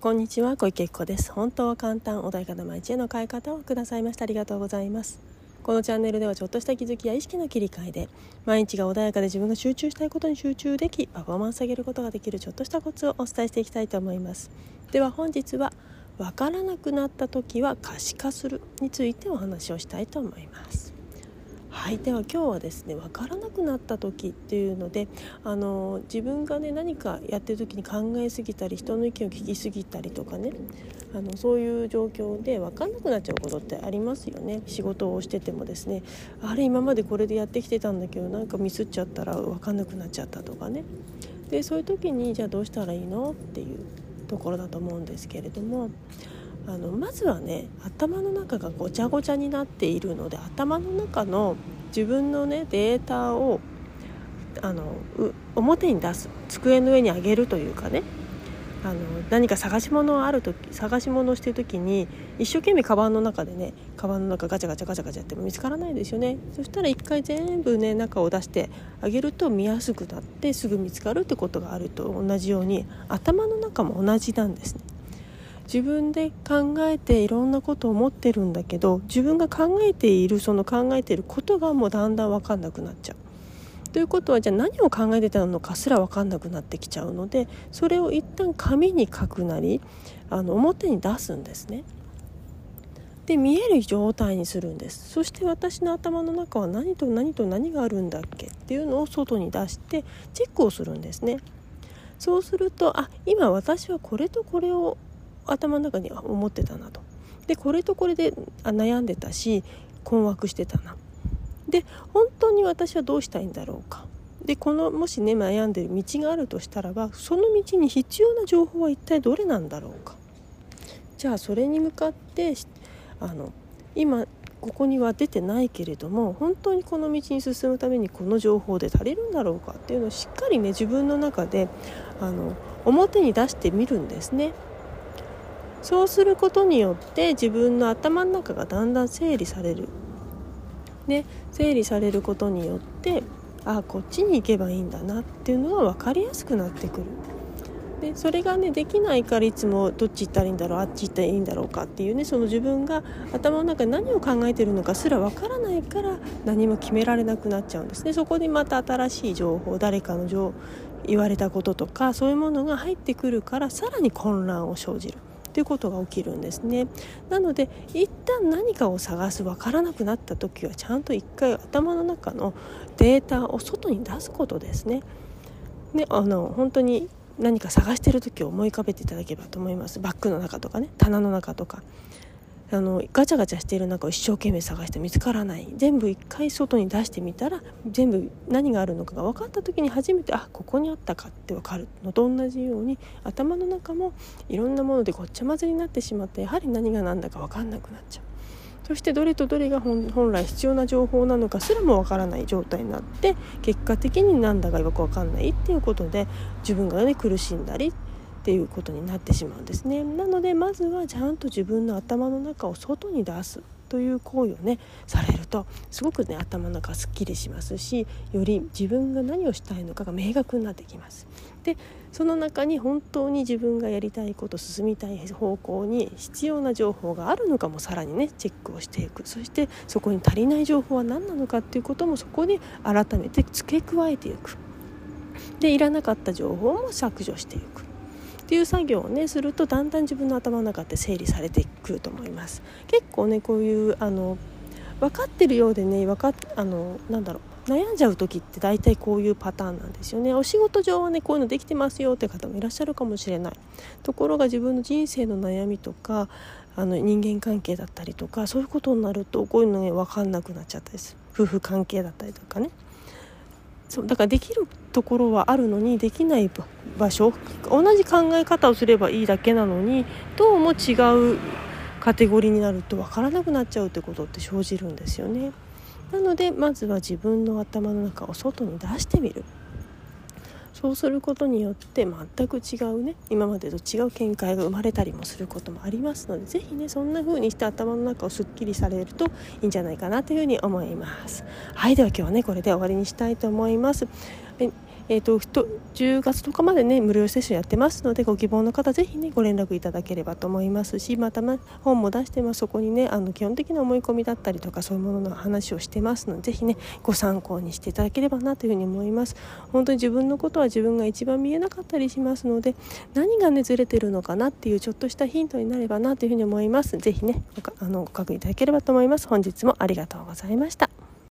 こんにちは、小池子です。本当は簡単、穏やかな毎日への変え方をくださいました。ありがとうございます。このチャンネルではちょっとした気づきや意識の切り替えで毎日が穏やかで自分が集中したいことに集中でき、パフォーマンス上げることができるちょっとしたコツをお伝えしていきたいと思います。では本日は分からなくなった時は可視化するについてお話をしたいと思います。はい、では今日はですね、分からなくなった時っていうので自分がね何かやってる時に考えすぎたり人の意見を聞きすぎたりとかねそういう状況で分かんなくなっちゃうことってありますよね。仕事をしててもですね、あれ今までこれでやってきてたんだけどなんかミスっちゃったら分かんなくなっちゃったとかね。でそういう時にじゃあどうしたらいいのっていうところだと思うんですけれども、まずはね頭の中がごちゃごちゃになっているので、頭の中の自分のねデータを表に出す、机の上に上げるというかね、何か探し物をしてる時に一生懸命カバンの中ガチャガチャガチャガチャやっても見つからないですよね。そしたら一回全部ね中を出してあげると見やすくなってすぐ見つかるってことがあると同じように、頭の中も同じなんですね。自分で考えていろんなことを思ってるんだけど、自分が考えていることがもうだんだん分かんなくなっちゃうということは、じゃあ何を考えてたのかすら分かんなくなってきちゃうので、それを一旦紙に書くなり表に出すんですね。で見える状態にするんです。そして私の頭の中は何と何と何があるんだっけっていうのを外に出してチェックをするんですね。そうすると今私はこれとこれを頭の中には思ってたなと。でこれとこれで悩んでたし困惑してたな。で本当に私はどうしたいんだろうか。でもしね悩んでる道があるとしたらば、その道に必要な情報は一体どれなんだろうか。じゃあそれに向かって今ここには出てないけれども、本当にこの道に進むためにこの情報で足りるんだろうかっていうのをしっかりね自分の中で表に出してみるんですね。そうすることによって自分の頭の中がだんだん整理される、整理されることによってこっちに行けばいいんだなっていうのが分かりやすくなってくる。でそれがねできないからいつもどっち行ったらいいんだろう、あっち行ったらいいんだろうかっていうね、その自分が頭の中で何を考えているのかすら分からないから何も決められなくなっちゃうんですね。そこにまた新しい情報、誰かの言われたこととかそういうものが入ってくるから、さらに混乱を生じるということが起きるんですね。なので一旦何かを探す、分からなくなった時はちゃんと一回頭の中のデータを外に出すことですね。本当に何か探している時を思い浮かべていただければと思います。バッグの中とかね、棚の中とかガチャガチャしている中を一生懸命探して見つからない、全部一回外に出してみたら全部何があるのかが分かった時に初めてここにあったかって分かるのと同じように、頭の中もいろんなものでごっちゃ混ぜになってしまって、やはり何が何だか分かんなくなっちゃう。そしてどれとどれが本来必要な情報なのかすらも分からない状態になって、結果的になんだかよく分かんないっていうことで自分がね苦しんだりっていうことになってしまうんですね。なのでまずはちゃんと自分の頭の中を外に出すという行為をねされると、すごくね頭の中すっきりしますし、より自分が何をしたいのかが明確になってきます。でその中に本当に自分がやりたいこと、進みたい方向に必要な情報があるのかもさらにねチェックをしていく。そしてそこに足りない情報は何なのかっていうこともそこに改めて付け加えていく。でいらなかった情報も削除していくっていう作業をねすると、だんだん自分の頭の中って整理されてくると思います。結構ねこういう分かってるようでね悩んじゃう時って大体こういうパターンなんですよね。お仕事上はねこういうのできてますよって方もいらっしゃるかもしれない。ところが自分の人生の悩みとか人間関係だったりとか、そういうことになるとこういうのね分かんなくなっちゃったりする。夫婦関係だったりとかね。だからできるところはあるのにできない場所、同じ考え方をすればいいだけなのにどうも違うカテゴリーになると分からなくなっちゃうってことって生じるんですよね。なのでまずは自分の頭の中を外に出してみる。そうすることによって全く違うね、今までと違う見解が生まれたりもすることもありますので、ぜひねそんな風にして頭の中をすっきりされるといいんじゃないかなというふうに思います。はい、では今日はねこれで終わりにしたいと思います。 10月10日までね無料セッションやってますので、ご希望の方ぜひねご連絡いただければと思いますし、また、本も出してます。そこにね基本的な思い込みだったりとかそういうものの話をしてますので、ぜひねご参考にしていただければなというふうに思います。本当に自分のことは自分が一番見えなかったりしますので、何がねずれてるのかなっていうちょっとしたヒントになればなというふうに思います。ぜひねご確認いただければと思います。本日もありがとうございました。